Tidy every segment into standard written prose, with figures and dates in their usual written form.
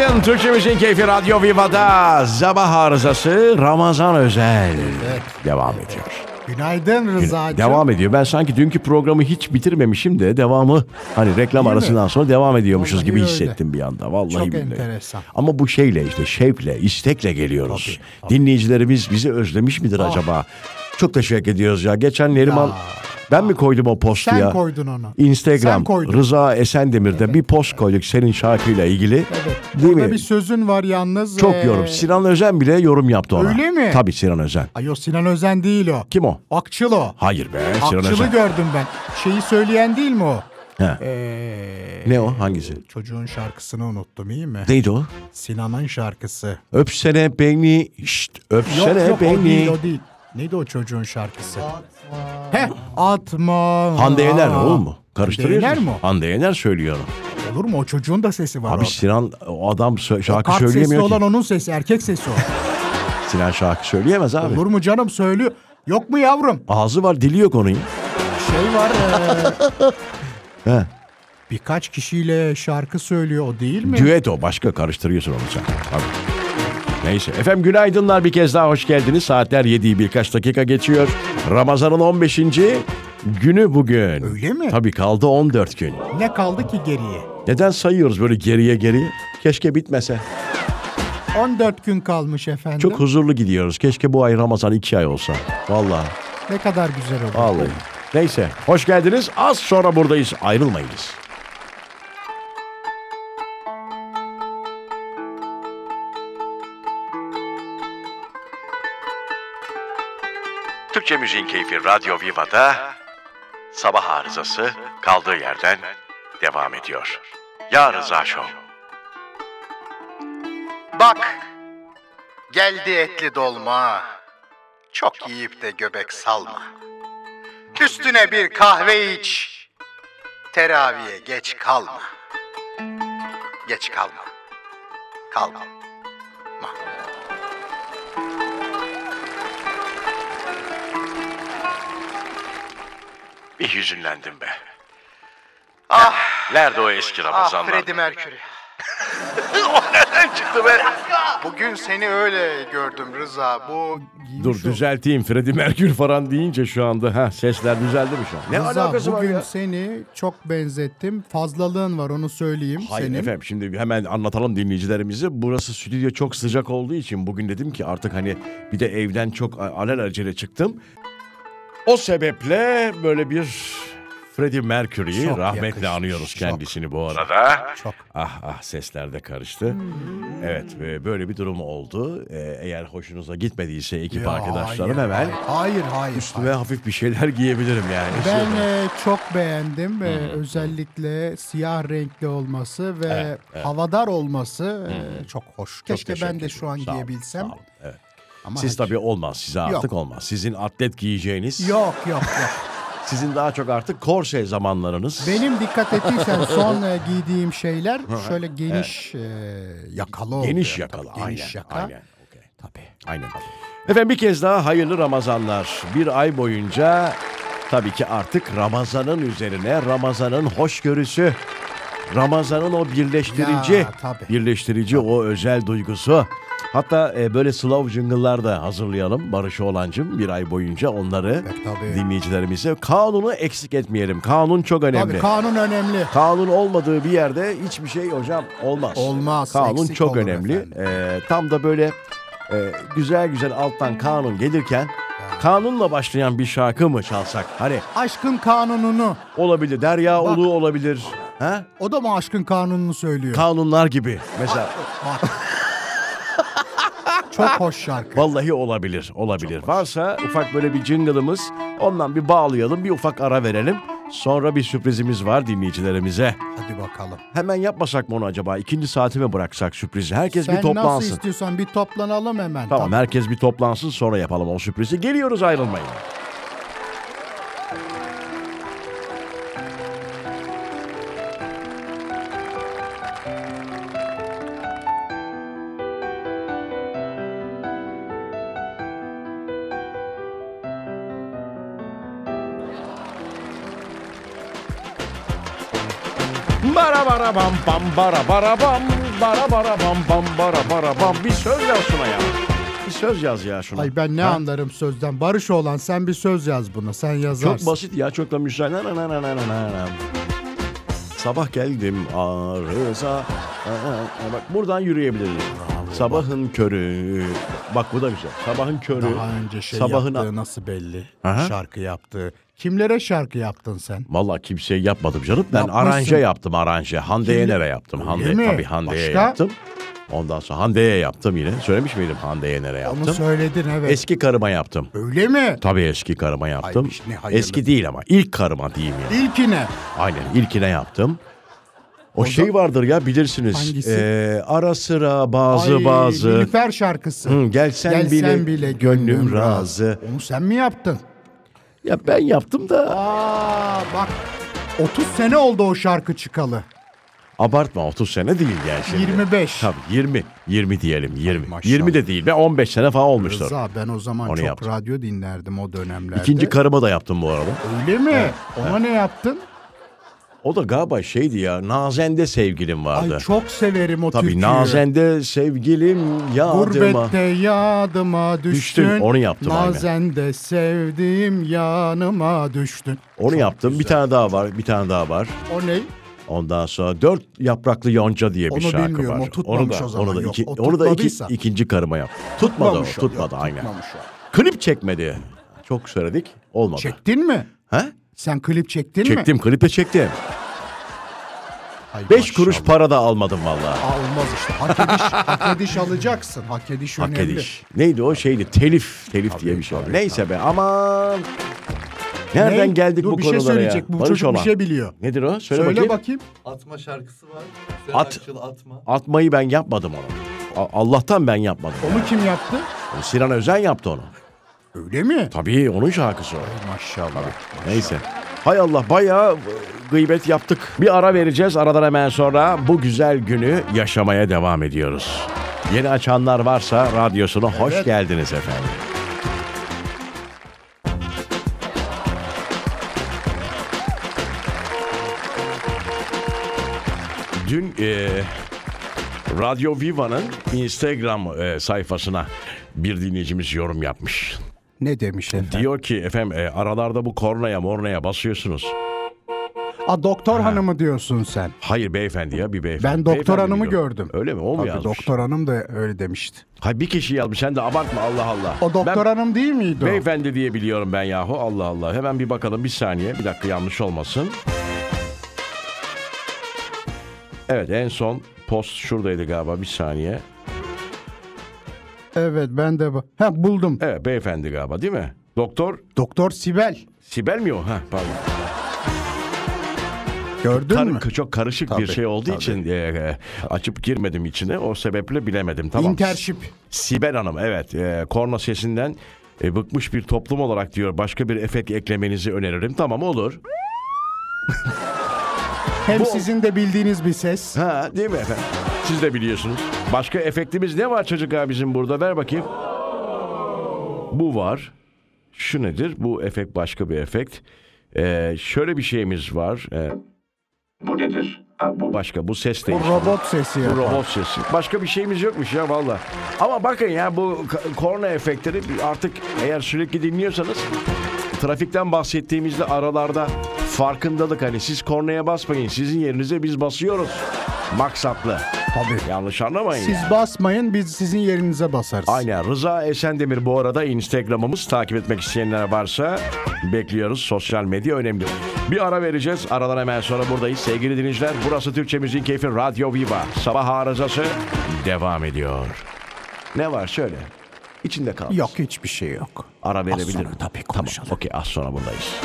Günaydın. Türkçemizin keyfi Radyo Viva'da sabah arızası Ramazan özel devam ediyor. Günaydın Rıza'cığım. Devam ediyor. Ben sanki dünkü programı hiç bitirmemişim de devamı hani reklam Değil arasından mi? sonra devam ediyormuşuz Vallahi gibi öyle. hissettim bir anda. Vallahi Çok billahi. enteresan. Ama bu şeyle işte şevkle, istekle geliyoruz. Tabii. Dinleyicilerimiz bizi özlemiş midir acaba? Çok teşekkür ediyoruz ya. Geçen Neriman ben mi koydum o postu Sen ya? koydun onu. Instagram Sen koydun. Rıza Esendemir'de bir post koyduk senin şarkıyla ilgili. Evet. Değil Orada mi? bir sözün var yalnız. Çok yorum. Sinan Özen bile yorum yaptı ona. Öyle mi? Tabii Sinan Özen. Ay o Sinan Özen değil o. Kim o? Akçıl o. Hayır be Sinan Akçıl'ı Özen. gördüm ben. Şeyi söyleyen değil mi o? He. Ne o? Hangisi? Çocuğun şarkısını unuttum, iyi mi? Neydi o? Sinan'ın şarkısı. Öpsene beni, şşt, öpsene Yok, beni. o değil, o değil. Neydi o çocuğun şarkısı? Atma. Hande Yener oğlum mu? Karıştırıyorsun. Hande Yener mi? Hande Yener söylüyor. Olur mu? O çocuğun da sesi var Abi orada. Sinan o adam şarkı Kart sesli söyleyemiyor olan ki. onun sesi, erkek sesi o. Sinan şarkı söyleyemez abi. Olur mu canım, söylüyor. Yok mu yavrum? Ağzı var dili yok onun. Şey var. He. Birkaç kişiyle şarkı söylüyor, o değil mi? Düet o başka karıştırıyorsun onu sen. Abi. Neyse efendim günaydınlar bir kez daha hoş geldiniz. Saatler 7'yi birkaç dakika geçiyor. Ramazan'ın 15. günü bugün. Öyle mi? Tabii kaldı 14 gün. Ne kaldı ki geriye? Neden sayıyoruz böyle geriye? Keşke bitmese. 14 gün kalmış efendim. Çok huzurlu gidiyoruz. Keşke bu ay Ramazan 2 ay olsa. Vallahi. Ne kadar güzel oldu. Vallahi. Neyse hoş geldiniz. Az sonra buradayız. Ayrılmayınız. Türkçe Müziğin Keyfi Radyo Viva'da sabah arızası kaldığı yerden devam ediyor. Ya Rıza Show. Bak, geldi etli dolma, çok yiyip de göbek salma. Üstüne bir kahve iç, teraviye geç kalma. Geç kalma, kalma. Bir hüzünlendim be. Ah, Nerede o eski Ramazanlar? Freddie Mercury. O nereden çıktı be? Bugün seni öyle gördüm Rıza, bu... Dur düzelteyim. Freddie Mercury falan deyince şu anda sesler düzeldi mi şu an? Ne Rıza, alakası var bugün ya? seni çok benzettim. Fazlalığın var, onu söyleyeyim. Hayır senin. efendim şimdi hemen anlatalım dinleyicilerimizi. Burası stüdyo çok sıcak olduğu için bugün dedim ki artık hani bir de evden çok alelacele çıktım. O sebeple böyle bir Freddie Mercury'yi Çok rahmetle yakışmış, anıyoruz çok. kendisini bu arada. Çok. Ah sesler de karıştı. Evet böyle bir durum oldu. Eğer hoşunuza gitmediyse ekip Ya, arkadaşlarım hayır, hemen Hayır. üstüme hafif bir şeyler giyebilirim yani. Ben çok beğendim. Özellikle siyah renkli olması ve havadar olması çok hoş. Keşke ben de şu an Sağ olun, giyebilsem. sağ olun, evet. Ama Siz tabii olmaz. Size artık Yok. olmaz. Sizin atlet giyeceğiniz, Yok. sizin daha çok artık korse zamanlarınız. Benim dikkat ettiysen son giydiğim şeyler şöyle geniş yakalı oluyor. Geniş yakalı. Tabii, geniş yaka. Aynen. Okay. Aynen. Efendim bir kez daha hayırlı Ramazanlar. Bir ay boyunca tabii ki artık Ramazan'ın üzerine Ramazan'ın hoşgörüsü, Ramazan'ın o birleştirici, Ya, tabii. o özel duygusu. Hatta böyle slow jingle'lar da hazırlayalım Barış Oğlancım bir ay boyunca onları tabii. dinleyicilerimize. Kanunu eksik etmeyelim. Kanun çok önemli. Tabii kanun önemli. Kanun olmadığı bir yerde hiçbir şey hocam olmaz. Olmaz, Kanun eksik çok olur önemli. efendim. Tam da böyle güzel alttan kanun gelirken kanunla başlayan bir şarkı mı çalsak? Hani Aşkın kanununu. olabilir Derya Bak. Ulu olabilir. Ha? O da mı aşkın kanununu söylüyor? Kanunlar gibi mesela. Bak. Çok hoş şarkı. Vallahi olabilir. Varsa ufak böyle bir jingle'ımız ondan bir bağlayalım bir ufak ara verelim. Sonra bir sürprizimiz var dinleyicilerimize. Hadi bakalım. Hemen yapmasak mı onu acaba? İkinci saate mi bıraksak sürprizi? Herkes Sen bir toplansın. nasıl istiyorsan bir toplanalım hemen. Tamam herkes bir toplansın sonra yapalım o sürprizi. Geliyoruz ayrılmayın. Bara bara bam bam bara bara bam. bara bara bam bam bara bara bam. Bir söz yaz şuna ya. Bir söz yaz ya şuna. Ay ben ne anlarım sözden. Barış olan sen bir söz yaz buna. Sen yazarsın. Çok basit ya, çok da müsait. Sabah geldim arıza. Bak buradan yürüyebiliriz. Sabahın körü. Bak bu da güzel. Sabahın körü. Daha önce yaptığı nasıl belli? Aha. Şarkı yaptığı. Kimlere şarkı yaptın sen? Vallahi kimseye yapmadım canım. Ben Yapmışsın. aranje yaptım, aranje. Hande Yener'e yaptım. Öyle mi? Tabii Hande'ye Başka? yaptım. Ondan sonra Hande'ye yaptım yine. Söylemiş miydim Hande Yener'e yaptım. Onu söyledin evet. Eski karıma yaptım. Öyle mi? Tabii eski karıma yaptım. Ay, ne hayırlı. Eski değil ama ilk karıma diyeyim yani. İlkine. Aynen ilkine yaptım. O şey vardır ya, bilirsiniz. Hangisi? Ara sıra bazı. Nilüfer şarkısı. Gelsen bile gönlüm razı. Onu sen mi yaptın? Ya ben yaptım da. Bak 30 sene oldu o şarkı çıkalı. Abartma, 30 sene değil yani şimdi. 25. Tabii 20. 20 diyelim 20. Maşallah. 20 de değil be, 15 sene falan olmuştur. Rıza ben o zaman Onu çok yaptım. radyo dinlerdim o dönemlerde. İkinci karıma da yaptım bu arada. Öyle mi? Ona ne yaptın? O da galiba şeydi ya, Nazende sevgilim vardı. Ay çok severim o Tabii türküyü. Nazende sevgilim yadıma. Gurbette yadıma düştün. Onu yaptım aynen. Nazende sevdiğim yanıma düştün. Onu Çok yaptım. güzel. Bir tane daha var. Bir tane daha var. O ne? Ondan sonra 4 yapraklı yonca diye bir Onu şarkı bilmiyorum, var. o tutmamış onu da, o zaman. Onu da, Yok, o onu da tutmadıysa. ikinci karıma yaptım. Tutmadı o, tutmadı aynen. Tutmamış o. Klip çekmedi. Çok söyledik. Olmadı. Çektin mi? He? Sen klip çektin mi? Çektim, kliple çektim. Ay 5 kuruş maşallah. para da almadım vallahi. Olmaz işte. Hak ediş alacaksın. Hak ediş Hak önemli. ediş. Neydi o şeydi? Telif diye bir şey var. Neyse be aman. Nereden Ne? geldik Dur, bu bir şey konulara söyleyecek. ya? Bu Barış çocuk bir olan. şey biliyor. Nedir o? Söyle, Söyle bakayım. bakayım. Atma şarkısı var. At. Akçıl atma. Atmayı ben yapmadım onu. Allah'tan ben yapmadım. Onu kim yaptı? Sinan Özen yaptı onu. Öyle mi? Tabii onun şarkısı o. Maşallah. Neyse. Hay Allah, bayağı gıybet yaptık. Bir ara vereceğiz. Aradan hemen sonra bu güzel günü yaşamaya devam ediyoruz. Yeni açanlar varsa radyosuna hoş geldiniz efendim. Dün Radyo Viva'nın Instagram sayfasına bir dinleyicimiz yorum yapmış. Ne demiş efendim? Diyor ki efendim aralarda bu kornaya mornaya basıyorsunuz. Doktor hanımı diyorsun sen. Hayır beyefendi ya, bir beyefendi. Ben doktor Beyefendi hanımı diyorum. gördüm. Öyle mi? O mu Tabii yazmış? doktor hanım da öyle demişti. Hayır, bir kişi yazmış, sen de abartma Allah Allah. O doktor hanım değil miydi o? Beyefendi diye biliyorum ben yahu, Allah Allah. Hemen bir bakalım, bir saniye, bir dakika, yanlış olmasın. Evet, en son post şuradaydı galiba, bir saniye. Evet ben de buldum. Evet, beyefendi galiba değil mi? Doktor Sibel. Sibel mi o? Pardon. Gördün mü? Çok karışık bir Tabii, şey olduğu tabii. için açıp girmedim içine. O sebeple bilemedim. Tamam. Intership. Sibel Hanım, evet. Korna sesinden bıkmış bir toplum olarak diyor, başka bir efekt eklemenizi öneririm. Tamam, olur. Hem sizin de bildiğiniz bir ses. Ha, değil mi efendim? Siz de biliyorsunuz. Başka efektimiz ne var çocuk abicim burada? Ver bakayım. Bu var. Şu nedir? Bu efekt başka bir efekt. Şöyle bir şeyimiz var. Bu nedir? Bu başka. Bu ses O değişti. robot sesi Bu yapar. robot sesi. Başka bir şeyimiz yokmuş ya valla. Ama bakın ya, bu korna efektleri artık eğer sürekli dinliyorsanız, trafikten bahsettiğimizde aralarda farkındalık, hani siz kornaya basmayın, sizin yerinize biz basıyoruz. Maksatlı. Tabii. Yanlış anlamayın. Siz basmayın, biz sizin yerinize basarız. Aynen. Rıza Esendemir bu arada Instagram'ımız. Takip etmek isteyenler varsa bekliyoruz. Sosyal medya önemli. Bir ara vereceğiz. Aradan hemen sonra buradayız. Sevgili dinleyiciler, burası Türkçe Müziğin Keyfi Radyo Viva. Sabah arızası devam ediyor. Ne var söyle. İçinde kal. Yok, hiçbir şey yok. Ara verebilirim. sonra tabii konuşalım. Tamam. Okey, az sonra buradayız.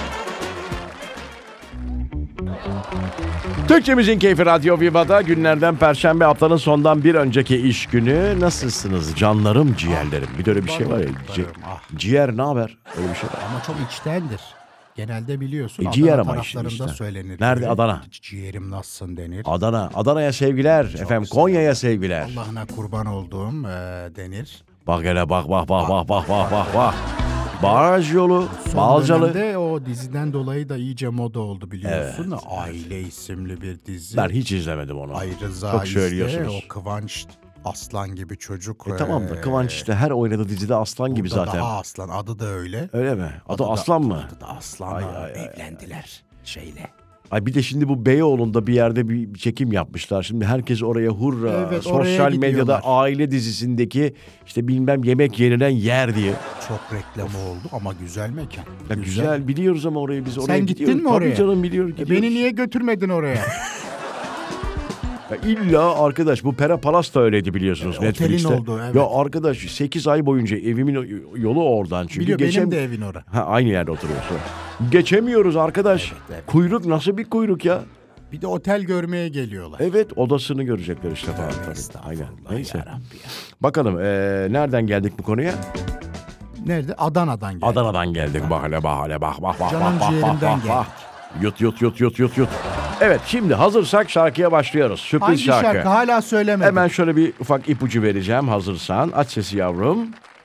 Türkçe Müziğin Keyfi Radyo Viva'da günlerden Perşembe, haftanın sondan bir önceki iş günü. Nasılsınız canlarım, ciğerlerim? Bir de öyle bir şey var ya. Ciğer ne haber? Öyle bir şey var. Ama çok içtendir. Genelde biliyorsun Ciğer Adana ama taraflarında işte. söylenir. Nerede Böyle, Adana? Ciğerim nasılsın denir. Adana'ya sevgiler. Efendim Konya'ya sevgiler. Allah'ına kurban olduğum denir. Bak hele bak. Baraj yolu, Son Balcalı. dönemde o diziden dolayı da iyice moda oldu biliyorsun. Aile isimli bir dizi. Ben hiç izlemedim onu. Ay Rıza Çok işte, söylüyorsunuz. o Kıvanç aslan gibi çocuk. Tamam da Kıvanç işte her oynadığı dizide aslan gibi burada zaten. Daha aslan, adı da öyle. Öyle mi? Adı Aslan mı? Adı da aslan. Ay, ay, ay, evlendiler şeyle. Ay bir de şimdi bu Beyoğlu'nda bir yerde bir çekim yapmışlar. Şimdi herkes oraya hurra. Evet, oraya Sosyal medyada gidiyorlar. aile dizisindeki işte bilmem yemek yenilen yer diye. Çok reklamı oldu ama güzel mekan. Ya güzel biliyoruz ama oraya biz oraya Sen gidiyoruz. gittin mi oraya? Tabii canım biliyoruz. Beni gidiyoruz. niye götürmedin oraya? Ya illa arkadaş bu Pera Palas da öyleydi biliyorsunuz Otelin Netflix'te. oldu, evet. Ya arkadaş 8 ay boyunca evimin yolu oradan. Çünkü Biliyor benim de evin orada. Ha, aynı yerde oturuyorsun. Geçemiyoruz arkadaş. Evet. Kuyruk nasıl bir kuyruk ya? Bir de otel görmeye geliyorlar. Evet odasını görecekler işte falan tabii. Estağfurullah Aynen. Neyse. yarabbi ya. Bakalım nereden geldik bu konuya? Nerede? Adana'dan geldi. Adana'dan geldik. Bak hele bak hele bak bak bak. Canım bak, bak, ciğerimden bak, bak. Yut. Evet şimdi hazırsak şarkıya başlıyoruz. Sürpriz Hangi şarkı? Hala söylemedim. Hemen şöyle bir ufak ipucu vereceğim hazırsan. Aç sesi yavrum.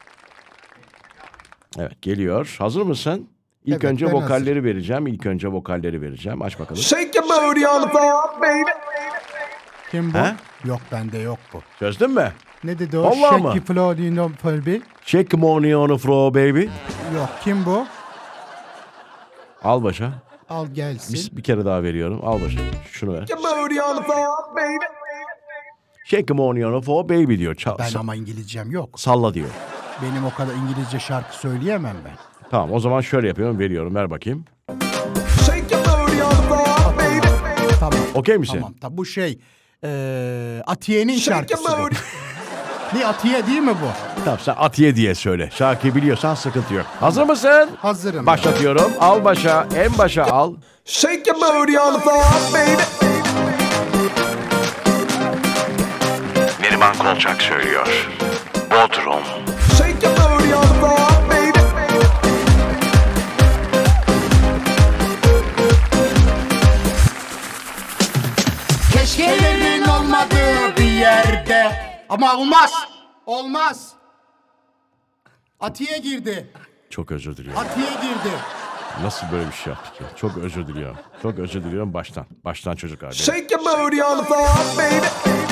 Evet geliyor. Hazır mısın? İlk Evet, önce ben vokalleri vereceğim. Aç bakalım. Shake your booty on the floor, baby. Kim bu? He? Yok bende yok bu. Çözdün mü? Ne dedi o? Vallahi mı? Shake Florino Furby. Shake money on the floor baby. Yok kim bu? Al başa. Al gelsin. Bir kere daha veriyorum. Al başa. Şunu ver. Your booty on the floor, baby. Shake money on the floor baby diyor. Ben ama İngilizcem yok. Salla diyor. Benim o kadar İngilizce şarkı söyleyemem ben. Tamam o zaman şöyle yapıyorum. Veriyorum. Ver bakayım. Shake your booty on the floor, baby. Tamam. Okey misin? Tamam. Bu şey Atiye'nin Shake your şarkısı bu. booty. Ne Atiye değil mi bu? Tamam sen Atiye diye söyle. Şarkıyı biliyorsan sıkıntı yok. Hazır mısın? Hazırım. Başlatıyorum. Al başa. En başa al. Shake your booty on the floor, baby. Neriman Kolçak söylüyor. Bodrum. Shake your booty on the floor, baby. Keşkelerin olmadığı bir yerde. Ama olmaz. Olmaz. Atiye girdi. Çok özür diliyorum. Atiye girdi. Nasıl böyle bir şey yaptık ya? Çok özür diliyorum. Çok özür diliyorum baştan. Baştan çocuk abi. Shake your booty on the floor, baby.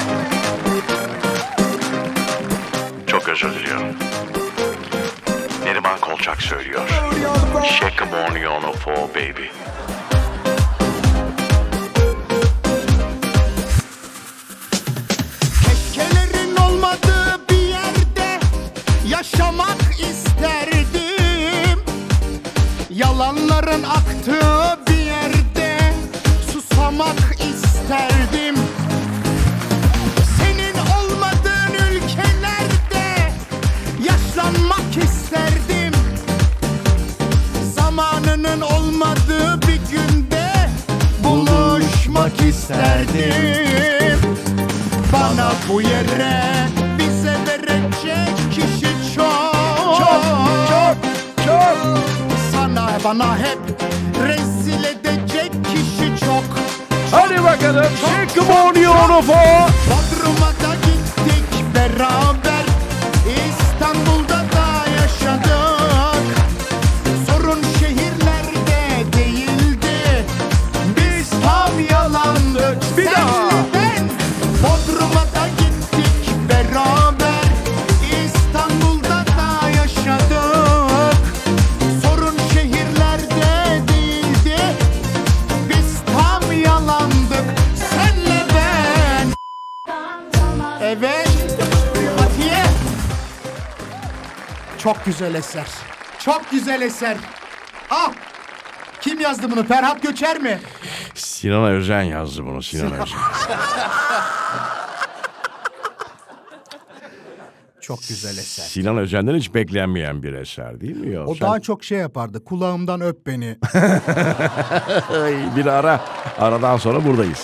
Çok özür diliyorum. Neriman Kolçak söylüyor. Booty on the floor. Shake a money on a floor baby. Keşkelerin olmadığı bir yerde yaşamak isterdim. Yalanların aktığı bir yerde susamak isterdim. Senin olmadığın ülkelerde yaşlanmak isterdim. Zamanının olmadığı bir günde buluşmak isterdim. Bana bu yere bize verecek kişi çok. Sana bana hep rezil edecek kişi çok. Hadi bakalım. Shake money on the floor. Bodrum'a da gittik beraber. İstanbul'da da yaşadık. Sorun şehirlerde değildi. Biz tam yalandık. Bir daha. Senle ben Bodrum'a da gittik beraber. İstanbul'da da yaşadık. Sorun şehirlerde değildi. Biz tam yalandık. Senle ben. Evet. Atiye. Çok güzel eser. Çok güzel eser. Ah. Kim yazdı bunu? Ferhat Göçer mi? Sinan Özen yazdı bunu. Sinan Özen. Çok güzel eser. Sinan Özen'den hiç beklenmeyen bir eser değil mi ya? O daha çok şey yapardı. Kulağımdan öp beni. Bir ara. Aradan sonra buradayız.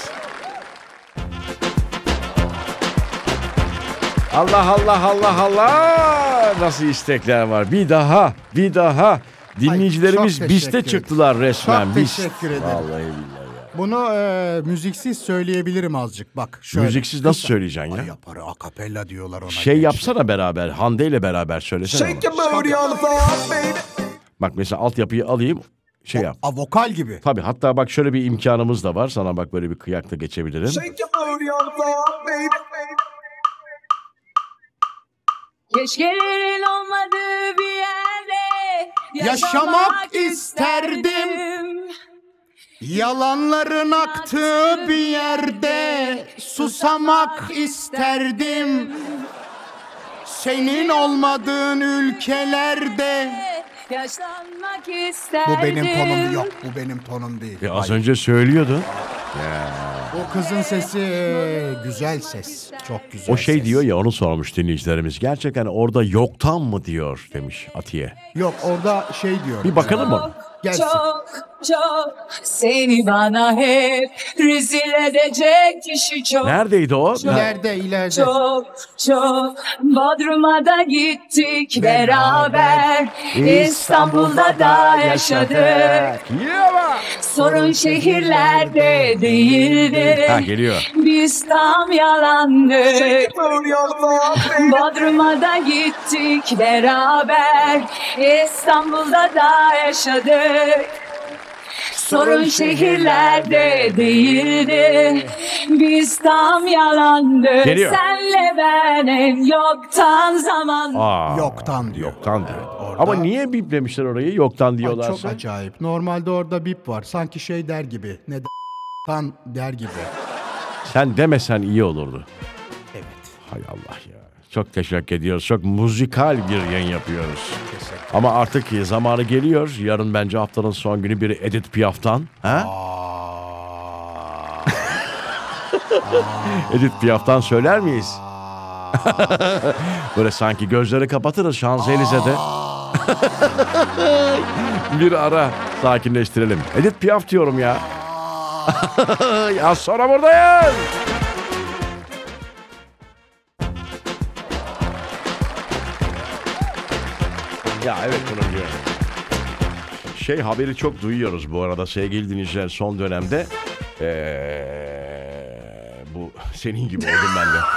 Allah. Nasıl istekler var. Bir daha. Dinleyicilerimiz çok biste teşekkür çıktılar resmen. Çok Biz. teşekkür ederim. Vallahi billahi ya. Bunu müziksiz söyleyebilirim azıcık. Bak şöyle. Müziksiz nasıl söyleyeceksin ya? Ay yapar. Akapella diyorlar ona. Şey gençler. yapsana beraber. Hande ile beraber söylesene. Shake onu. your booty on the floor, baby. Bak mesela altyapıyı alayım şey yap. Vokal gibi. Tabii hatta bak şöyle bir imkanımız da var. Sana bak böyle bir kıyakta geçebilirim. Shake your booty on the floor, baby. Keşkelerin olmadığı bir yerde Yaşamak isterdim. Yalanların aktığı bir yerde susamak isterdim. Senin olmadığın ülkelerde. Yaşlanmak isterdim. Bu benim tonum yok, bu benim tonum değil. Az önce söylüyordun. O kızın sesi güzel ses, çok güzel. O şey ses. diyor ya onu sormuş dinleyicilerimiz. Gerçekten orada yoktan mı diyor demiş Atiye. Yok orada şey diyor. Bir bakalım mı? Gelsin. Çok seni bana hep rezil edecek kişi çok. Neredeydi o? İleride. Çok Bodrum'a da gittik beraber. İstanbul'da da yaşadık. Sorun şehirlerde değildi. Ha geliyor. Biz tam yalandık. Shake your booty on the floor, baby. Bodrum'a da gittik beraber. İstanbul'da da yaşadık. Sorun şehirlerde değildi. Biz tam yalandık. Geliyor. Senle ben en yoktan zaman. Yoktan diyor. Yoktan diyor. Orada- Ama niye biplemişler orayı yoktan Ay, diyorlar. çok acayip. Normalde orada bip var. Sanki şey der gibi. Ne tan der gibi. Sen demesen iyi olurdu. Evet. Hay Allah ya. Çok teşekkür ediyoruz. Çok müzikal bir yayın yapıyoruz. Ama artık zamanı geliyor. Yarın bence haftanın son günü bir Edith Piaf'tan. Ha? Edith Piaf'tan söyler miyiz? Böyle sanki gözleri kapatırız Şanzelize'de. Bir ara sakinleştirelim. Edith Piaf diyorum ya. Az sonra buradayız. Ya evet bunu biliyorum. Şey haberi çok duyuyoruz bu arada sevgili dinleyiciler son dönemde. Bu senin gibi oldum ben de.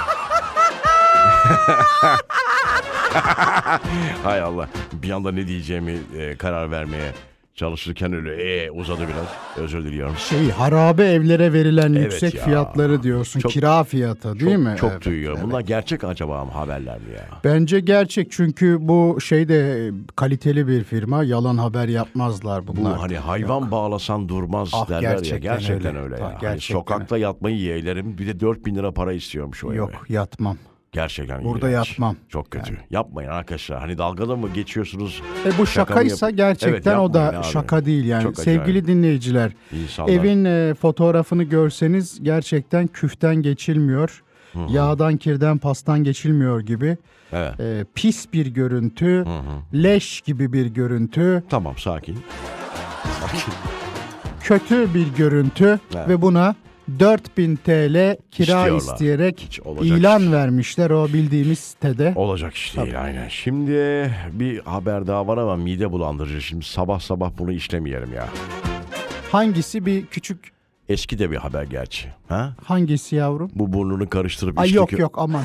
Hay Allah. Bir anda ne diyeceğimi karar vermeye çalışırken öyle uzadı biraz. Özür diliyorum. Harabe evlere verilen Evet yüksek ya. fiyatları diyorsun. Çok- Kira fiyatı değil mi? Çok Evet, duyuyorum. evet. Bunlar gerçek acaba mı haberler mi ya? Bence gerçek çünkü bu şeyde kaliteli bir firma. Yalan haber yapmazlar bunlar. Bu hani hayvan bağlasan durmaz Ah, derler ya. gerçekten Gerçekten öyle. öyle Ah, ya. Hani gerçekten sokakta yatmayı yeğlerim. Bir de 4.000 lira para istiyormuş o Yok eve. yatmam. Gerçekten Burada iğrenç. yatmam. Çok kötü. Yapmayın arkadaşlar. Hani dalgada mı geçiyorsunuz? Bu Şaka mı şakaysa yap- gerçekten Evet, o da yapmayın abi. şaka değil yani. Çok Sevgili acayip. dinleyiciler, İnsanlar. evin fotoğrafını görseniz gerçekten küften geçilmiyor. Yağdan, kirden, pastan geçilmiyor gibi. Evet. Pis bir görüntü, leş gibi bir görüntü, Tamam sakin. Sakin. kötü bir görüntü Evet. ve buna 4.000 TL kira İstiyorlar. isteyerek Hiç olacak ilan iş. vermişler o bildiğimiz sitede. Olacak iş değil aynen. Şimdi bir haber daha var ama mide bulandırıcı. Şimdi sabah sabah bunu işlemeyelim ya. Hangisi bir küçük, Eski de bir haber gerçi. Ha? hangisi yavrum? Bu burnunu karıştırıp Ay içli yok aman.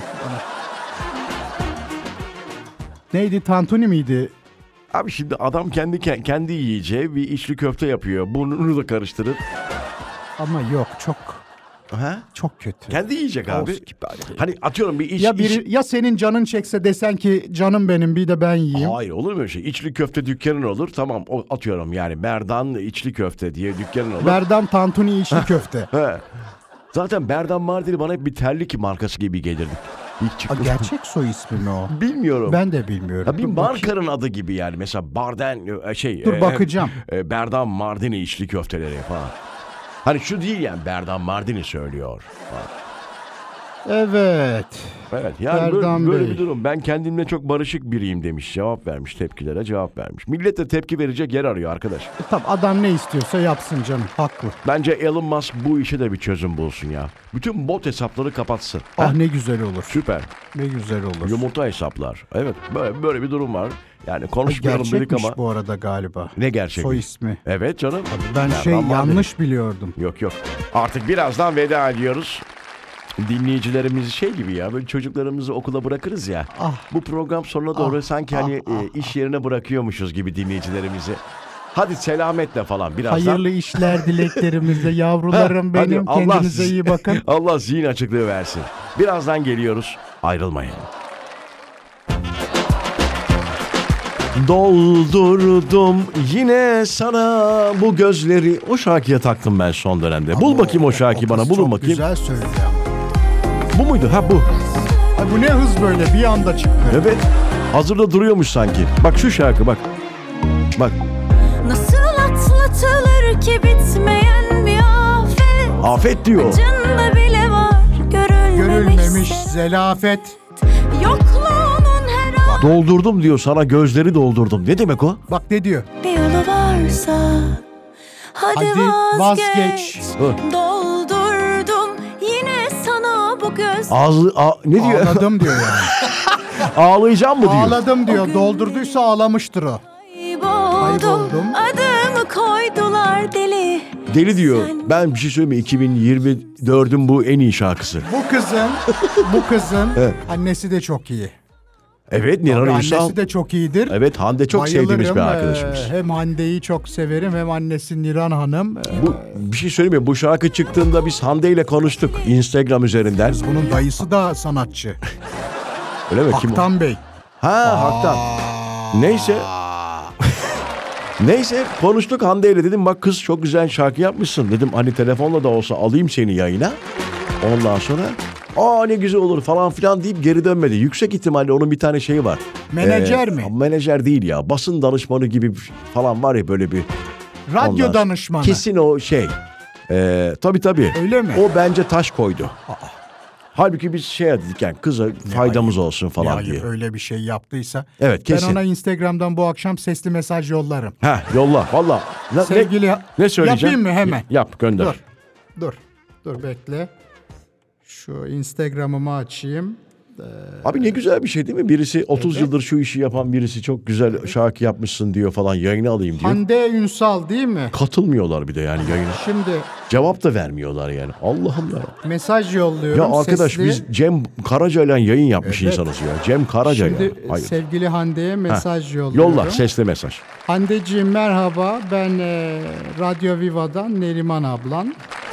Neydi, tantuni miydi? Abi şimdi adam kendi yiyeceği bir içli köfte yapıyor. Burnunu da karıştırıp. Ama yok, Ha? çok kötü. Kendi yiyecek abi. Olsun ki bari. Hani atıyorum bir iç... Ya biri, ya senin canın çekse desen ki canım benim bir de ben yiyeyim. Hayır olur mu öyle şey? İçli köfte dükkanın olur. Tamam atıyorum yani Berdan içli köfte diye dükkanın olur. Berdan tantuni içli köfte. He. Zaten Berdan Mardini bana hep bir terlik markası gibi gelirdi. İlk Ha, çıktı. gerçek soy ismi mi o? Bilmiyorum. Ben de bilmiyorum. Ya bir Dur bakayım. markanın adı gibi yani. Mesela Dur, bakacağım. Berdan Mardini içli köfteleri falan. Hani şu değil yani Berdan Mardini söylüyor falan. Evet. Evet yani Berdan böyle Bey. bir durum. Ben kendimle çok barışık biriyim demiş. Cevap vermiş, tepkilere cevap vermiş. Millet de tepki verecek yer arıyor arkadaş. Tamam, adam ne istiyorsa yapsın canım. Haklı. Bence Elon Musk bu işe de bir çözüm bulsun ya. Bütün bot hesapları kapatsın. Ah Ha? ne güzel olur. Süper. Ne güzel olur. Yumurta hesaplar. Evet böyle bir durum var. Yani konuşmayalım dedik Gerçekmiş ama. bu arada galiba. Ne gerçek? Soy ismi. Evet canım. Ben Berdan Mardini. yanlış biliyordum. Yok. Artık birazdan veda ediyoruz. dinleyicilerimiz şey gibi ya, böyle çocuklarımızı okula bırakırız ya. Bu program sonuna doğru sanki hani iş yerine bırakıyormuşuz gibi dinleyicilerimizi. Hadi selametle falan birazdan. Hayırlı işler dileklerimizle yavrularım Hadi, benim. Allah Kendinize siz- iyi bakın. Allah zihin açıklığı versin. Birazdan geliyoruz. Ayrılmayın. Doldurdum yine sana bu gözleri. O şarkıya taktım ben son dönemde. Bul bakayım o şarkıyı bana. kız Bulun çok bakayım. güzel söylüyor. Bu muydu? Ha bu. Ay, bu ne hız böyle bir anda çıktı. Evet. Hazırda duruyormuş sanki. Bak şu şarkı bak. Bak. Nasıl atlatılır ki bitmeyen bir afet? Afet diyor. Acında bile var Görülmemiş zelafet. Yokluğunun her an Doldurdum diyor, sana gözleri doldurdum. Ne demek o? Bak ne diyor? bir yolu varsa hadi, Hadi vazgeç. Doldurdum yine sana bu göz. Ne diyor? Ağladım diyor yani. Ağlayacağım mı diyor? Ağladım diyor. Doldurduysa ağlamıştır o. Kayboldum. Adımı koydular deli. Deli diyor. Ben bir şey söyleyeyim mi? 2024'ün bu en iyi şarkısı. Bu kızın Evet. annesi de çok iyi. Evet, Niran Ünsal. Annesi de çok iyidir. Evet, Hande çok sevdiğimiz bir arkadaşımız. Hem Hande'yi çok severim hem annesi Niran Hanım. Bu bir şey söyleyeyim mi? Bu şarkı çıktığında biz Hande ile konuştuk Instagram üzerinden. Bunun dayısı da sanatçı. Öyle mi? Kim o? Haktan Bey. Ha, Haktan. Neyse. Neyse konuştuk Hande ile, dedim bak kız çok güzel şarkı yapmışsın. Dedim hani telefonla da olsa alayım seni yayına. Ondan sonra ne güzel olur falan filan deyip geri dönmedi. Yüksek ihtimalle onun bir tane şeyi var. Menajer mi? Menajer değil ya. Basın danışmanı gibi falan var ya, böyle bir. Radyo Ondan- danışmanı. Kesin o şey. Tabii. Öyle mi? O bence taş koydu. Halbuki biz şey dedik yani kıza faydamız olsun falan Ya diye. öyle bir şey yaptıysa. Evet, kesin. Ben ona Instagram'dan bu akşam sesli mesaj yollarım. Yolla valla. Sevgili ne söyleyeceğim? Yapayım mı hemen? Yap, gönder. Dur bekle. Şu Instagram'ımı açayım. Abi ne güzel bir şey değil mi? Birisi 30 yıldır şu işi yapan birisi çok güzel şarkı yapmışsın diyor falan, yayına alayım diyor. Hande Ünsal değil mi? Katılmıyorlar bir de yani yayına. Şimdi Cevap da vermiyorlar yani. Allah'ım ya. mesaj yolluyorum. Ya arkadaş sesli. biz Cem Karaca'yla yayın yapmış Evet. insanız ya. Cem Karaca Şimdi ya. Hayır. sevgili Hande'ye mesaj yolluyorum. Yolla sesli mesaj. Handeciğim merhaba, ben Radyo Viva'dan Neriman ablan.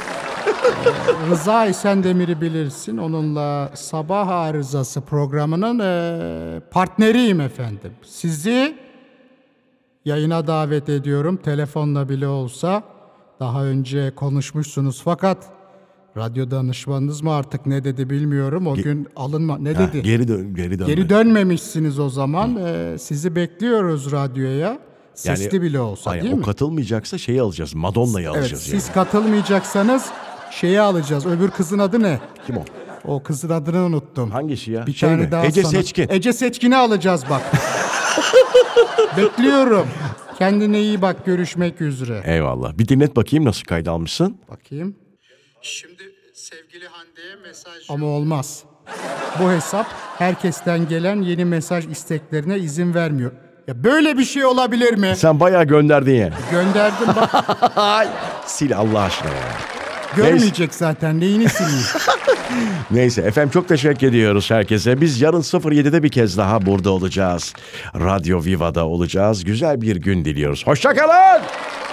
Rıza Esendemir'i bilirsin. Onunla Sabah Arızası programının partneriyim efendim. Sizi yayına davet ediyorum. Telefonla bile olsa. Daha önce konuşmuşsunuz fakat radyo danışmanınız mı artık ne dedi bilmiyorum. O gün alınma. Ne dedi? Geri dön. Geri dönmemişsiniz o zaman. Sizi bekliyoruz radyoya. Sesli bile olsa Aynen, değil o mi? katılmayacaksa şeyi alacağız. Madonna'yı Evet, alacağız yani. siz katılmayacaksanız şeyi alacağız. Öbür kızın adı ne? Kim o? O kızın adını unuttum. Hangisi ya? Bir Şey tane mi? daha Ece sana- Seçkin. Ece Seçkin'i alacağız bak. Bekliyorum. Kendine iyi bak, görüşmek üzere. Eyvallah. Bir dinlet bakayım nasıl kayda almışsın. Bakayım. Şimdi sevgili Hande'ye mesaj... Ama olmaz. Bu hesap herkesten gelen yeni mesaj isteklerine izin vermiyor. Ya böyle bir şey olabilir mi? Sen bayağı gönderdin yani. Gönderdim bak. Sil Allah aşkına ya. Görmeyecek zaten. Neyini sileyim? Neyse efendim, çok teşekkür ediyoruz herkese. Biz yarın 07'de bir kez daha burada olacağız. Radyo Viva'da olacağız. Güzel bir gün diliyoruz. Hoşça kalın.